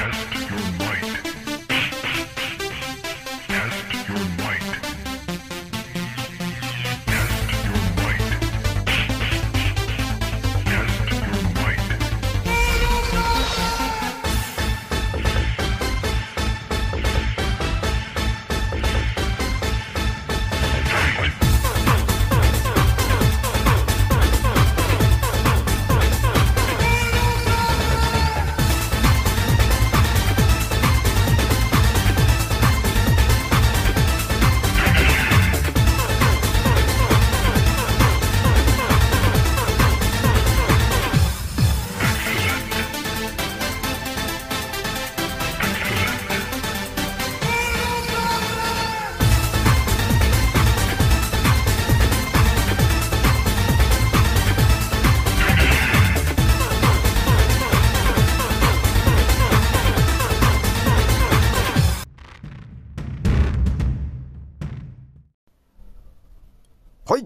はい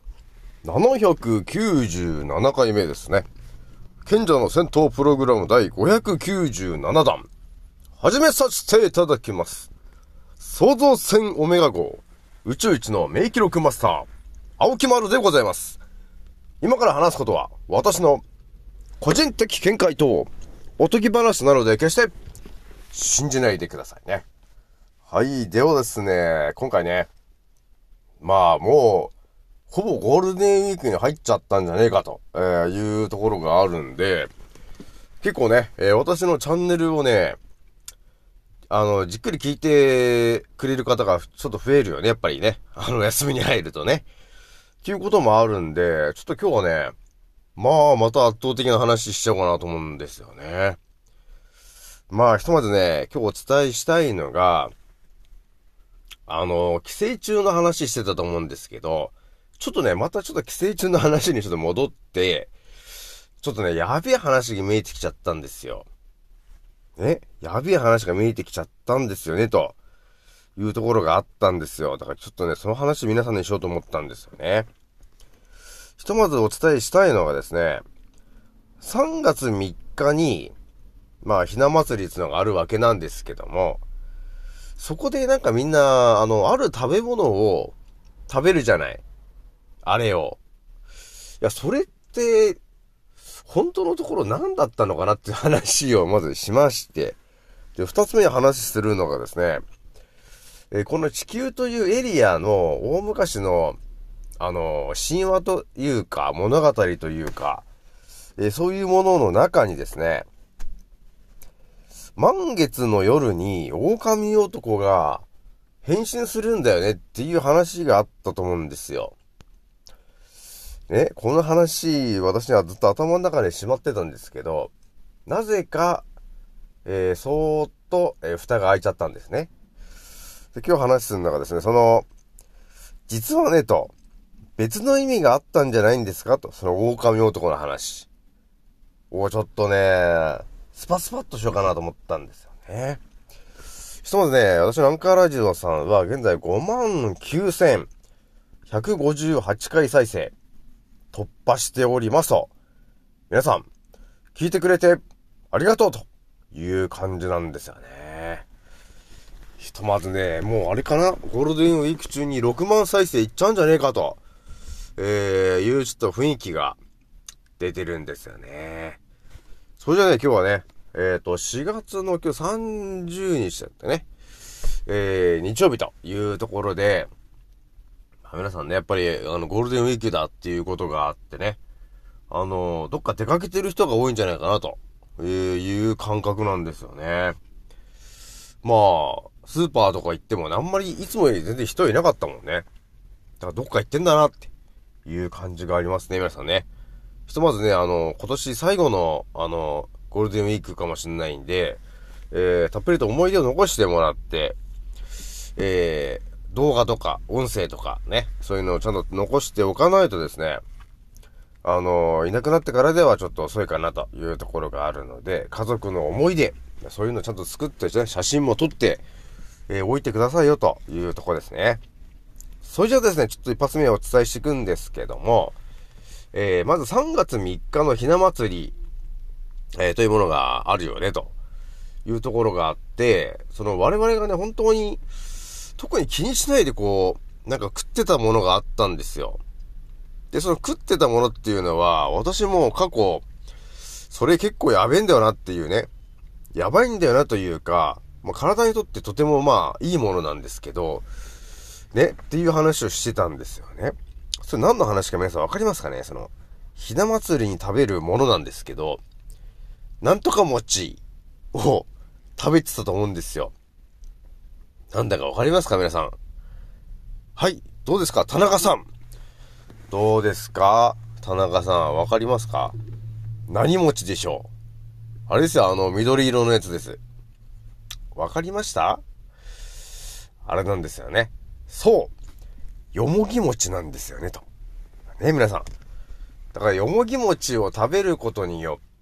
。797回目ですね。賢者の戦闘プログラム第597弾。始めさせていただきます。創造船オメガ号、宇宙一の名記録マスター、青木丸でございます。今から話すことは、私の個人的見解とおとぎ話なので決して信じないでくださいね。はい。ではですね、今回ね、もう、ほぼゴールデンウィークに入っちゃったんじゃねえかと、いうところがあるんで、結構ね、私のチャンネルをね、じっくり聞いてくれる方がちょっと増えるよね、やっぱりね。休みに入るとね。っていうこともあるんで、ちょっと今日はね、また圧倒的な話しちゃおうかなと思うんですよね。ひとまずね、今日お伝えしたいのが、寄生虫の話してたと思うんですけど、ちょっとね、またちょっと寄生虫の話にちょっと戻って、ちょっとね、やべえ話が見えてきちゃったんですよ。やべえ話が見えてきちゃったんですよね、というところがあったんですよ。だからちょっとね、その話皆さんにしようと思ったんですよね。ひとまずお伝えしたいのがですね、3月3日に、ひな祭りっていうのがあるわけなんですけども、そこでなんかみんな、ある食べ物を食べるじゃない。あれを。いや、それって、本当のところ何だったのかなっていう話をまずしまして、で、二つ目に話するのがですね、この地球というエリアの大昔の、神話というか、物語というか、そういうものの中にですね、満月の夜に狼男が変身するんだよねっていう話があったと思うんですよ。ね、この話、私にはずっと頭の中にしまってたんですけど、なぜか、そーっと、蓋が開いちゃったんですね。で、今日話するのがですね、実はね、と、別の意味があったんじゃないんですかと、その狼男の話をちょっとね、スパッとしようかなと思ったんですよね。ひとまずね、私のアンカーラジオさんは現在59,158回再生突破しておりますと。皆さん、聞いてくれてありがとうという感じなんですよね。ひとまずね、もうあれかな、ゴールデンウィーク中に6万再生いっちゃうんじゃねえかと、いうちょっと雰囲気が出てるんですよね。それじゃあね、今日はね、4月の今日30日だったね。日曜日というところで、皆さんね、やっぱり、ゴールデンウィークだっていうことがあってね、どっか出かけてる人が多いんじゃないかなと、いう感覚なんですよね。スーパーとか行ってもあんまりいつもより全然人いなかったもんね。だからどっか行ってんだなっていう感じがありますね、皆さんね。ひとまずね、今年最後の、ゴールデンウィークかもしれないんで、たっぷりと思い出を残してもらって、動画とか音声とかね、そういうのをちゃんと残しておかないとですね、いなくなってからではちょっと遅いかなというところがあるので、家族の思い出、そういうのをちゃんと作って、写真も撮って、置いてくださいよというところですね。それじゃあですね、ちょっと一発目お伝えしていくんですけども、まず3月3日のひな祭り、というものがあるよね、というところがあって、その我々がね、本当に、特に気にしないでなんか食ってたものがあったんですよ。で、その食ってたものっていうのは、私も過去、それ結構やべえんだよなっていうね、やばいんだよなというか、体にとってとてもいいものなんですけど、ね、っていう話をしてたんですよね。それ何の話か皆さんわかりますかね？ひな祭りに食べるものなんですけど、なんとか餅を食べてたと思うんですよ。なんだかわかりますか皆さん。はい、どうですか田中さん。どうですか田中さん、わかりますか？何餅でしょう？あれですよ、緑色のやつです。わかりました？あれなんですよね。そう。よもぎ餅なんですよね、と。ね、皆さん。だから、よもぎ餅を食べることによって、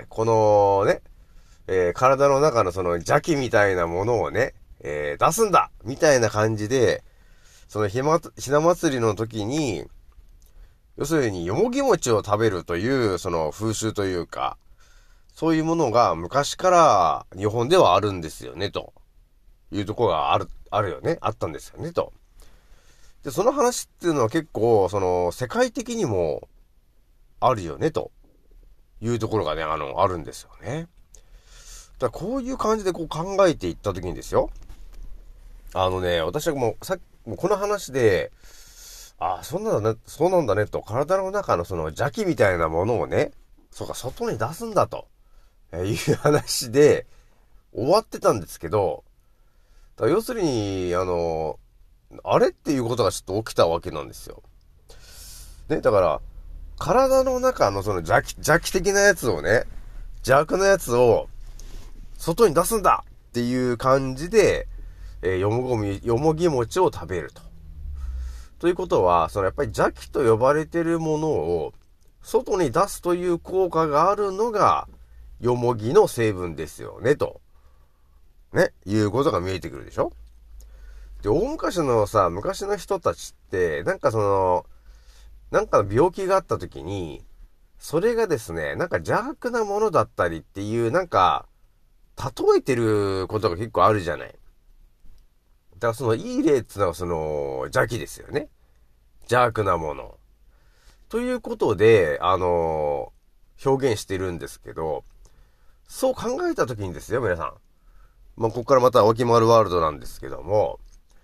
このね、体の中のその邪気みたいなものをね、出すんだみたいな感じで、そのひな祭りの時に、要するによもぎ餅を食べるという、その風習というか、そういうものが昔から日本ではあるんですよね、というところがあるよね、あったんですよね、と。で、その話っていうのは結構、世界的にもあるよね、というところがね、あるんですよね。だからこういう感じで考えていったときにですよ。私はもうこの話で、そうなんだねと、体の中のその邪気みたいなものをね、そうか、外に出すんだと、いう話で終わってたんですけど、だから要するに、あれっていうことがちょっと起きたわけなんですよ。ね、だから、体の中のその邪気的なやつをね、邪悪なやつを外に出すんだっていう感じで、よもぎ餅を食べると。ということは、やっぱり邪気と呼ばれているものを外に出すという効果があるのが、よもぎの成分ですよね、と。ね、いうことが見えてくるでしょ？で、大昔の人たちって、なんかの病気があった時に、それがですね、なんか邪悪なものだったりっていう、例えてることが結構あるじゃない。だからいい例っていうのは邪気ですよね。邪悪なもの。ということで、表現してるんですけど、そう考えたときにですよ、皆さん。ここからまた沖丸ワールドなんですけども、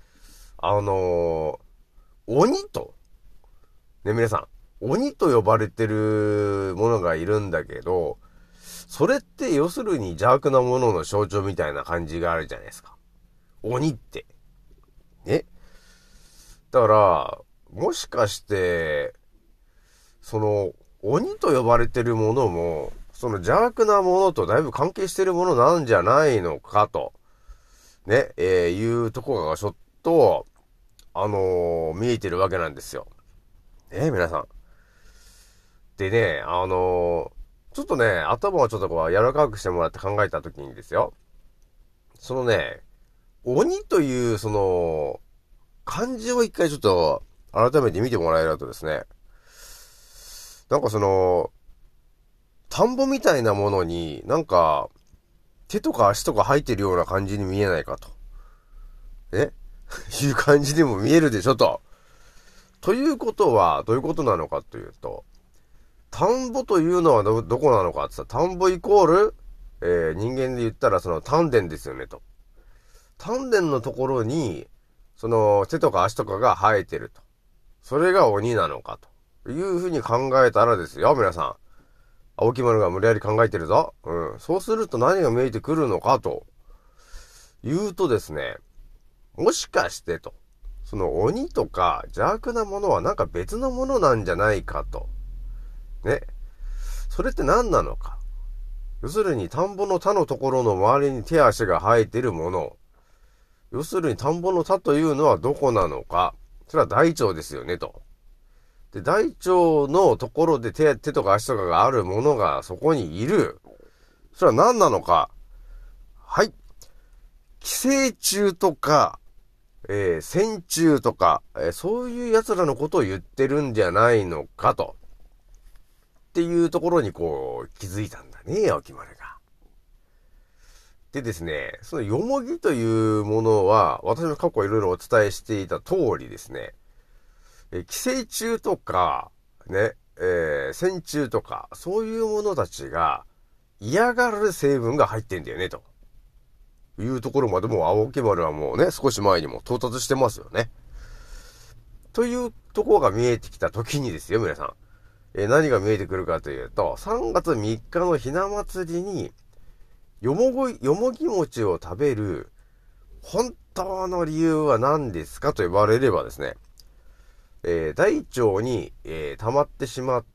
鬼と、ね、皆さん、鬼と呼ばれてるものがいるんだけど、それって要するに邪悪なものの象徴みたいな感じがあるじゃないですか。鬼って。ね。だから、もしかして、鬼と呼ばれてるものも、邪悪なものとだいぶ関係してるものなんじゃないのかと、ね、いうところがちょっと、見えてるわけなんですよ。皆さん。でね、ちょっとね、頭をちょっと柔らかくしてもらって考えたときにですよ。鬼という漢字を一回ちょっと改めて見てもらえるとですね、田んぼみたいなものに手とか足とか生えてるような感じに見えないかと。いう感じにも見えるでしょと。ということは、どういうことなのかというと、田んぼというのはどこなのかって言ったら、田んぼイコール、人間で言ったら丹田ですよねと。丹田のところに、手とか足とかが生えてると。それが鬼なのかというふうに考えたらですよ、皆さん。青木丸が無理やり考えてるぞ。そうすると何が見えてくるのかというとですね、もしかしてと、鬼とか邪悪なものは別のものなんじゃないかと。ね。それって何なのか。要するに田んぼの田のところの周りに手足が生えているもの。要するに田んぼの田というのはどこなのか。それは大腸ですよねと。で、大腸のところで手とか足とかがあるものがそこにいる。それは何なのか。はい。寄生虫とか、線虫とか、そういう奴らのことを言ってるんじゃないのかと。っていうところに気づいたんだね、青木丸が。っでですね、そのよもぎというものは、私も過去いろいろお伝えしていた通りですね、寄生虫とか、ね、線虫とか、そういうものたちが嫌がる成分が入ってんだよね、というところまでも青木丸はもうね、少し前にも到達してますよね。というところが見えてきた時にですよ、皆さん。何が見えてくるかというと、3月3日のひな祭りに、よもぎ餅を食べる本当の理由は何ですかと言われればですね、大腸に、溜まってしまった、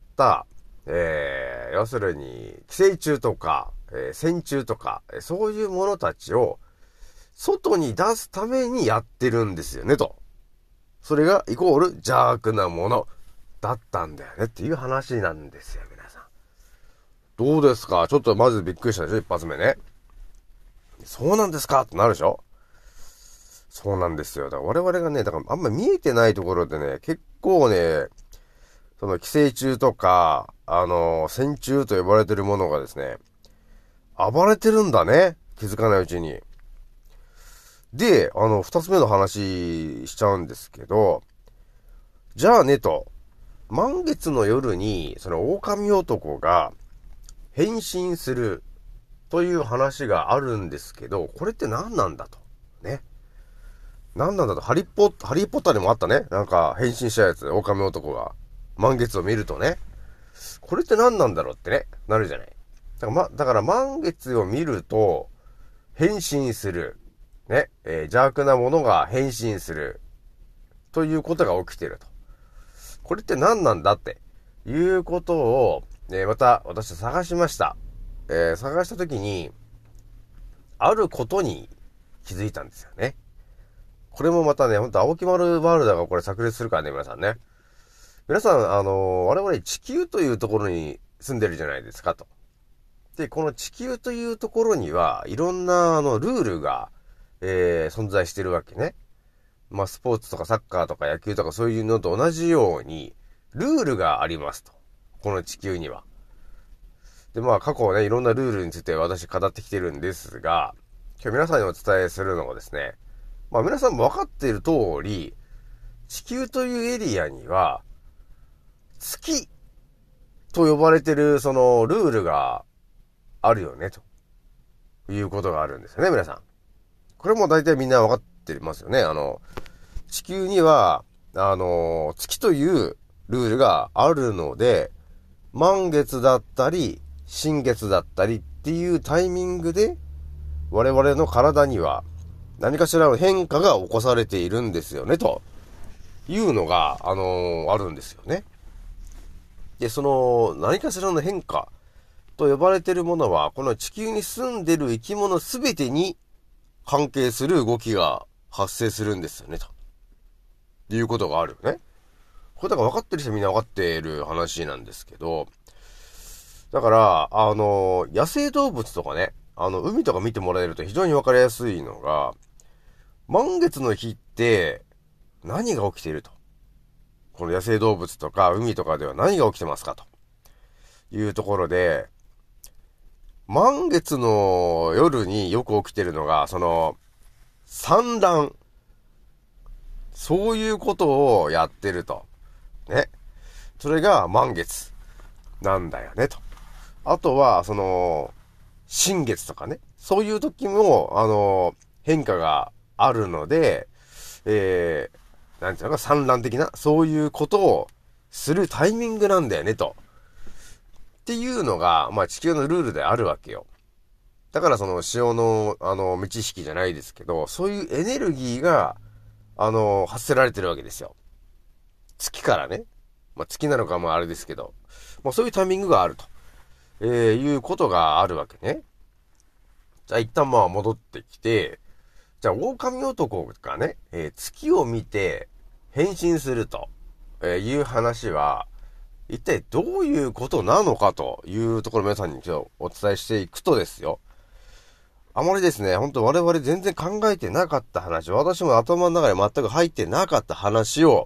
要するに寄生虫とか、線虫とか、そういうものたちを外に出すためにやってるんですよねと。それがイコール邪悪なものだったんだよねっていう話なんですよ、皆さん。どうですか？ちょっとまずびっくりしたでしょ、一発目ね。そうなんですかってなるでしょ？そうなんですよ。だから我々がね、だからあんまり見えてないところでね、結構ね、その寄生虫とか、線虫と呼ばれてるものがですね、暴れてるんだね。気づかないうちに。で、二つ目の話しちゃうんですけど、じゃあねと、満月の夜に、その狼男が変身するという話があるんですけど、これって何なんだと。ね。何なんだと。ハリーポッターにもあったね。なんか変身したやつ、狼男が。満月を見るとね。これって何なんだろうってね、なるじゃない。だから満月を見ると、変身する。ね、邪悪なものが変身する。ということが起きていると。これって何なんだっていうことを、また私は探しました。探したときに、あることに気づいたんですよね。これもまたね、ほんと青木丸ワールドがこれ炸裂するからね、皆さんね。皆さん、我々地球というところに住んでるじゃないですかと。で、この地球というところには、いろんなルールが、存在してるわけね。まあ、スポーツとかサッカーとか野球とかそういうのと同じように、ルールがありますと。この地球には。で、まあ、過去ね、いろんなルールについて私語ってきてるんですが、今日皆さんにお伝えするのはですね、まあ、皆さんも分かっている通り、地球というエリアには、月と呼ばれてるそのルールがあるよね、ということがあるんですよね、皆さん。これも大体みんな分かってますよね。地球には、月というルールがあるので、満月だったり、新月だったりっていうタイミングで、我々の体には何かしらの変化が起こされているんですよね、というのが、あるんですよね。で、その、何かしらの変化と呼ばれているものは、この地球に住んでいる生き物すべてに関係する動きが発生するんですよね、ということがあるよね。これだから分かってる人はみんな分かっている話なんですけど、だから、野生動物とかね、海とか見てもらえると非常に分かりやすいのが、満月の日って何が起きていると。この野生動物とか海とかでは何が起きてますかというところで、満月の夜によく起きているのが、その、産卵。そういうことをやってると。ね。それが満月なんだよね、と。あとは、その、新月とかね。そういう時も、変化があるので、なんていうのか、産卵的な、そういうことをするタイミングなんだよね、と。っていうのが、まあ地球のルールであるわけよ。だからその潮の、満ち引きじゃないですけど、そういうエネルギーが、発せられてるわけですよ。月からね。まあ月なのかもあれですけど、まあそういうタイミングがあると、いうことがあるわけね。じゃあ一旦まあ戻ってきて、じゃあ狼男がね、月を見て変身すると、いう話は、一体どういうことなのかというところを皆さんに今日お伝えしていくとですよ。あまりですね、本当我々全然考えてなかった話、私も頭の中に全く入ってなかった話を、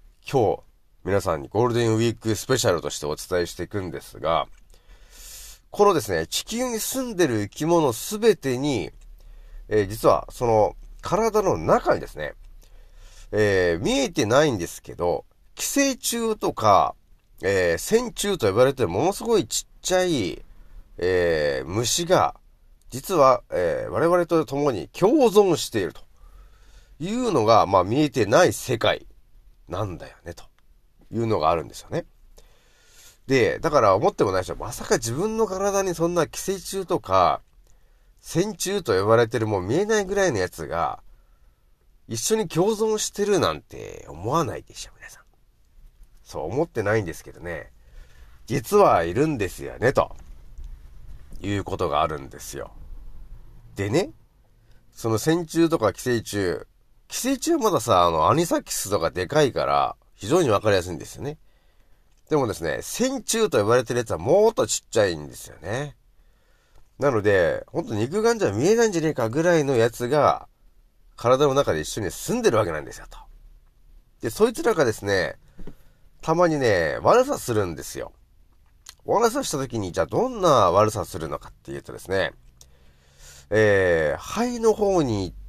今日皆さんにゴールデンウィークスペシャルとしてお伝えしていくんですが、 このですね、地球に住んでる生き物すべてに、実はその体の中にですね、見えてないんですけど、寄生虫とか、線虫と呼ばれてるものすごいちっちゃい、虫が、実は、我々と共に共存しているというのが、まあ見えてない世界なんだよね、というのがあるんですよね。で、だから思ってもないでしょ。まさか自分の体にそんな寄生虫とか、線虫と呼ばれてるもう見えないぐらいのやつが、一緒に共存してるなんて思わないでしょ、皆さん。そう思ってないんですけどね。実はいるんですよね、ということがあるんですよ。でね、その線虫とか寄生虫はまださ、アニサキスとかでかいから、非常にわかりやすいんですよね。でもですね、線虫と呼ばれてるやつはもっとちっちゃいんですよね。なので、ほんと肉眼じゃ見えないんじゃねえかぐらいのやつが、体の中で一緒に住んでるわけなんですよ、と。で、そいつらがですね、たまにね、悪さするんですよ。悪さした時に、じゃあどんな悪さするのかっていうとですね、肺の方に行って、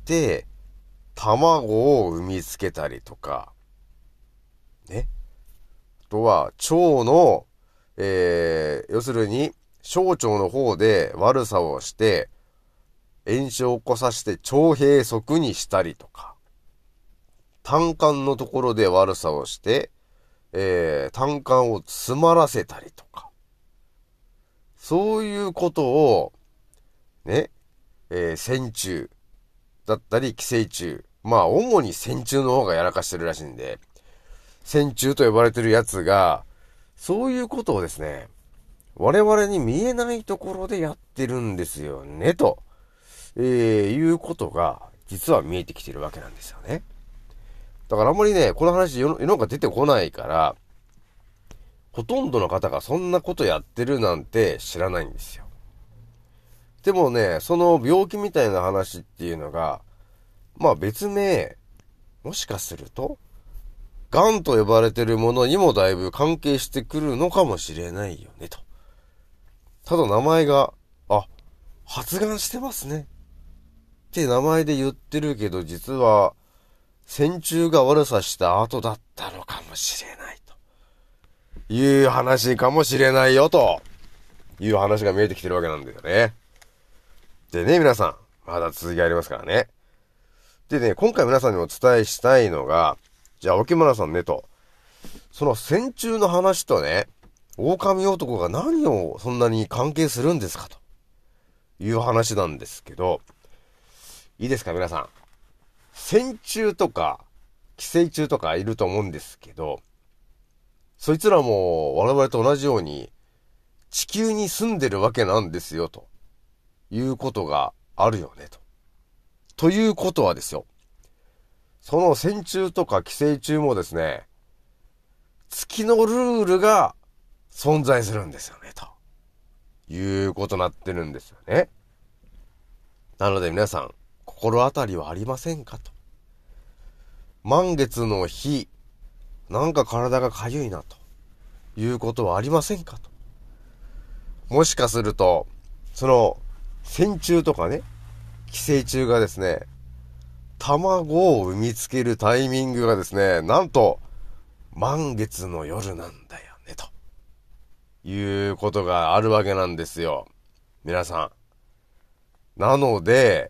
卵を産みつけたりとか、ね。あとは、腸の、要するに、小腸の方で悪さをして、炎症を起こさせて腸閉塞にしたりとか、胆管のところで悪さをして、胆管を詰まらせたりとか、そういうことを、ね、線虫だったり寄生虫、まあ主に線虫の方がやらかしてるらしいんで、線虫と呼ばれてるやつが、そういうことをですね、我々に見えないところでやってるんですよね、と、いうことが、実は見えてきてるわけなんですよね。だからあんまりね、この話世の中出てこないから、ほとんどの方がそんなことやってるなんて知らないんですよ。でもね、その病気みたいな話っていうのが、まあ別名、もしかすると、癌と呼ばれてるものにもだいぶ関係してくるのかもしれないよね、と。ただ名前が、発がんしてますね。って名前で言ってるけど、実は、線虫が悪さした後だったのかもしれないという話かもしれないよという話が見えてきてるわけなんだよね。でね、皆さん、まだ続きありますからね。でね、今回皆さんにお伝えしたいのが、じゃあ、沖村さんねと、その線虫の話とね、狼男が何をそんなに関係するんですかという話なんですけど、いいですか皆さん。線虫とか寄生虫とかいると思うんですけど、そいつらも我々と同じように地球に住んでるわけなんですよということがあるよねと。ということはですよ。その線虫とか寄生虫もですね、月のルールが存在するんですよねということになってるんですよね。なので皆さん、心当たりはありませんかと。満月の日、なんか体がかゆいなということはありませんかと。もしかすると、その線虫とかね、寄生虫がですね、卵を産みつけるタイミングがですね、なんと満月の夜なんだよねということがあるわけなんですよ。皆さん。なので、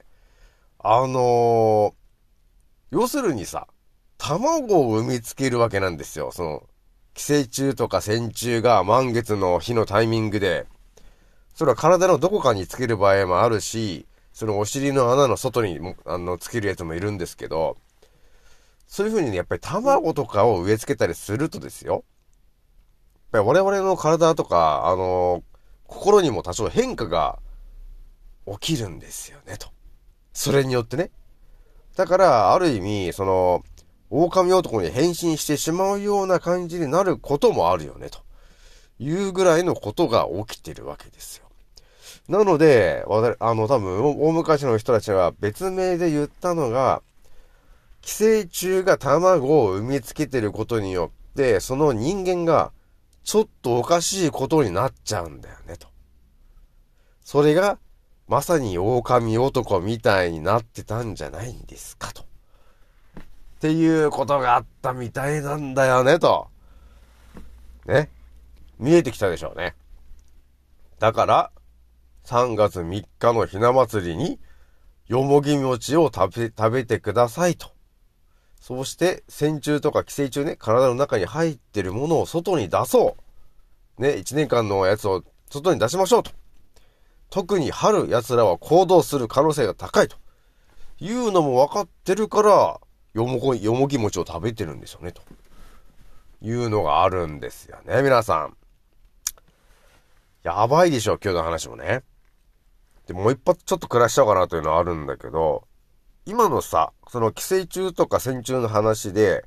要するにさ、卵を産みつけるわけなんですよ。その、寄生虫とか線虫が満月の日のタイミングで、それは体のどこかにつける場合もあるし、そのお尻の穴の外にも、つけるやつもいるんですけど、そういう風にね、やっぱり卵とかを植え付けたりするとですよ。やっぱり我々の体とか、心にも多少変化が起きるんですよね、と。それによってね。だから、ある意味、その、狼男に変身してしまうような感じになることもあるよね、というぐらいのことが起きてるわけですよ。なので、多分、大昔の人たちは別名で言ったのが、寄生虫が卵を産みつけてることによって、その人間がちょっとおかしいことになっちゃうんだよね、とそれがまさに狼男みたいになってたんじゃないんですかと。っていうことがあったみたいなんだよねと。ね。見えてきたでしょうね。だから、3月3日のひな祭りに、よもぎ餅を食べてくださいと。そうして、線虫とか寄生虫ね、体の中に入ってるものを外に出そう。ね、1年間のやつを外に出しましょうと。特に春奴らは行動する可能性が高いというのも分かってるから、よもぎ餅を食べてるんですよね、というのがあるんですよね、皆さん。やばいでしょ、今日の話もね。で、もう一発ちょっと暮らしちゃおうかなというのはあるんだけど、今のさ、その寄生虫とか線虫の話で、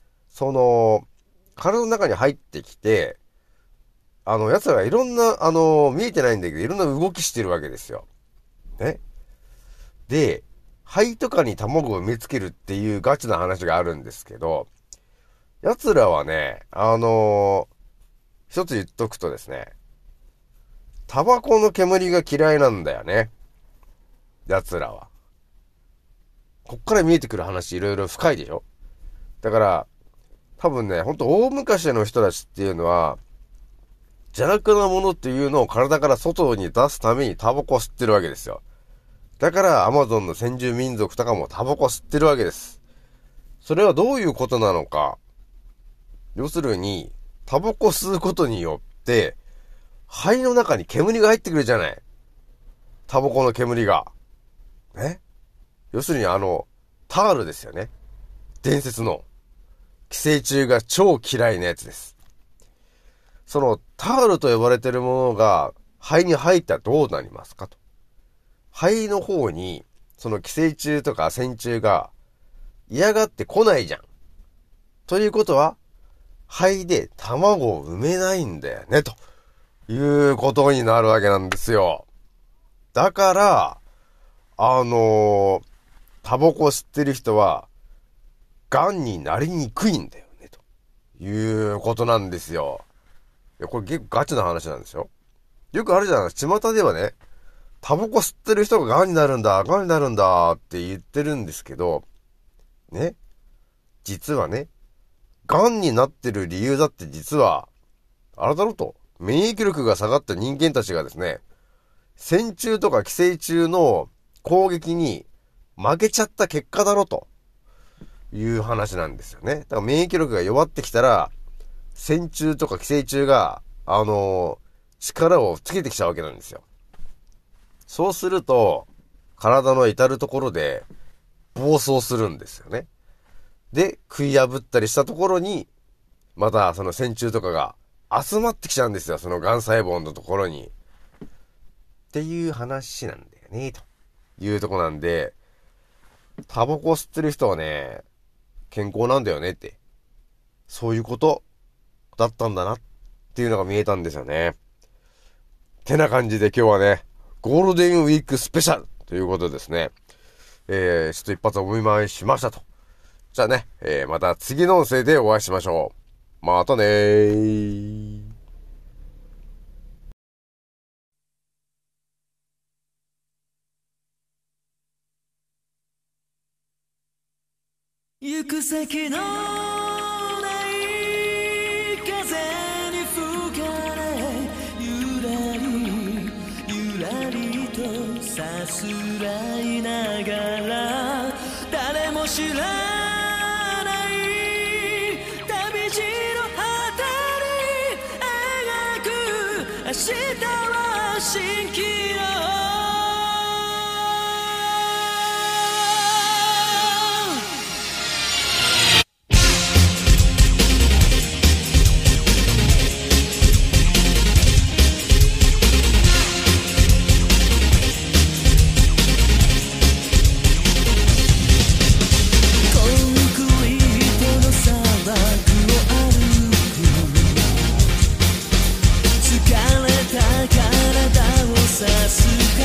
体の中に入ってきて、奴らがいろんな、見えてないんだけど、いろんな動きしてるわけですよ。ね。で、肺とかに卵を産みつけるっていうガチな話があるんですけど、奴らはね、一つ言っとくとですね、タバコの煙が嫌いなんだよね。奴らは。こっから見えてくる話いろいろ深いでしょ？だから、多分ね、ほんと大昔の人たちっていうのは、邪悪なものっていうのを体から外に出すためにタバコを吸ってるわけですよ。だからアマゾンの先住民族とかもタバコを吸ってるわけです。それはどういうことなのか。要するに、タバコを吸うことによって、肺の中に煙が入ってくるじゃない。タバコの煙が。ね？要するにタールですよね。伝説の。寄生虫が超嫌いなやつです。そのタールと呼ばれてるものが肺に入ったらどうなりますかと。肺の方にその寄生虫とか線虫が嫌がってこないじゃん。ということは肺で卵を産めないんだよねということになるわけなんですよ。だからタバコを吸ってる人は癌になりにくいんだよねということなんですよ。いや、これ結構ガチな話なんですよ。よくあるじゃないですか。巷ではね、タバコ吸ってる人が癌になるんだって言ってるんですけど、ね。実はね、癌になってる理由だって実は、あれだろうと、免疫力が下がった人間たちがですね、線虫とか寄生虫の攻撃に負けちゃった結果だろうという話なんですよね。だから免疫力が弱ってきたら、線虫とか寄生虫が、力をつけてきちゃうわけなんですよ。そうすると、体の至るところで暴走するんですよね。で、食い破ったりしたところに、またその線虫とかが集まってきちゃうんですよ。その癌細胞のところに。っていう話なんだよね、というとこなんで、タバコを吸ってる人はね、健康なんだよねって。そういうことだったんだなっていうのが見えたんですよね。てな感じで今日はね、ゴールデンウィークスペシャルということですね。ちょっと一発お見舞いしましたと。じゃあね、また次の音声でお会いしましょう。またねー。 行く先のない風に吹かれゆらりゆらりとさすらいながら誰も知らない旅路の果てに描く明日は蜃気楼さす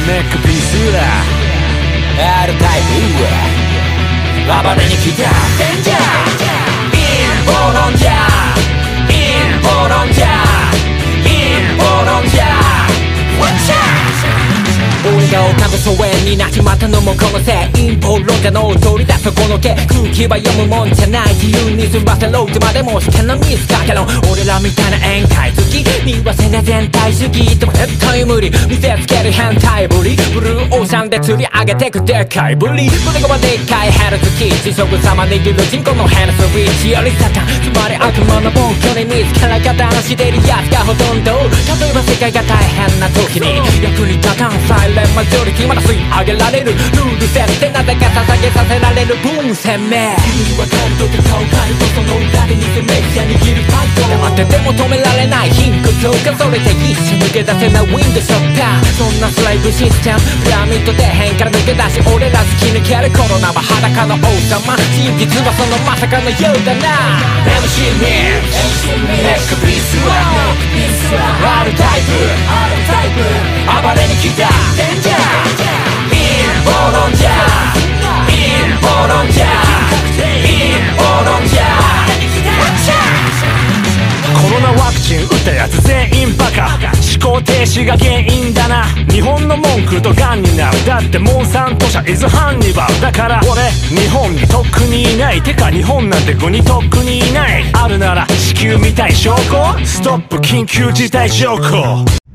ネックピースだ R タイプ暴れに来たデンジャーインボロンジャーインボロンジャーインボロンジャーワッチャー俺が丘の疎遠になっちまったのもこのせい陰謀論者の取り出すこの手空気は読むもんじゃない自由に済ませろってまでもしてのミスかけろ俺らみたいな宴会好き見忘れ全体主義でも絶対無理見せつける変態ぶりブルーオーシャンで釣り上げてくでっかいぶり胸がでっかいヘルツキー地食様握る人口のヘルスリーチよりサタンつまり悪魔の暴挙に見つから加担してるやつがほとんど例えば世界が大変な時に役に立たんサイレンマジョリティまだ吸い上げられるルール設定なぜか捧げさせられる分鮮明君はカルトで顔変えるとその裏で偽メディア握るパッド黙ってても止められない貧困強化それで一瞬抜け出せないウィンドショッカーそんなスライブシステムピラミッド底辺から抜け出し俺ら突き抜けるコロナは裸の王様真実はそのまさかのようだな MC ミックネックピースは R タイプ暴れに来たデンジャーインボロンジャーインボロンジャーインボロンジャーコロナワクチン打ったやつ全員バカ思考停止が原因だな日本の文句とガンになるだってモンサント社イズハンニバルだから俺日本にとっくにいないてか日本なんて国にとっくにいないあるなら地球みたい証拠ストップ緊急事態条項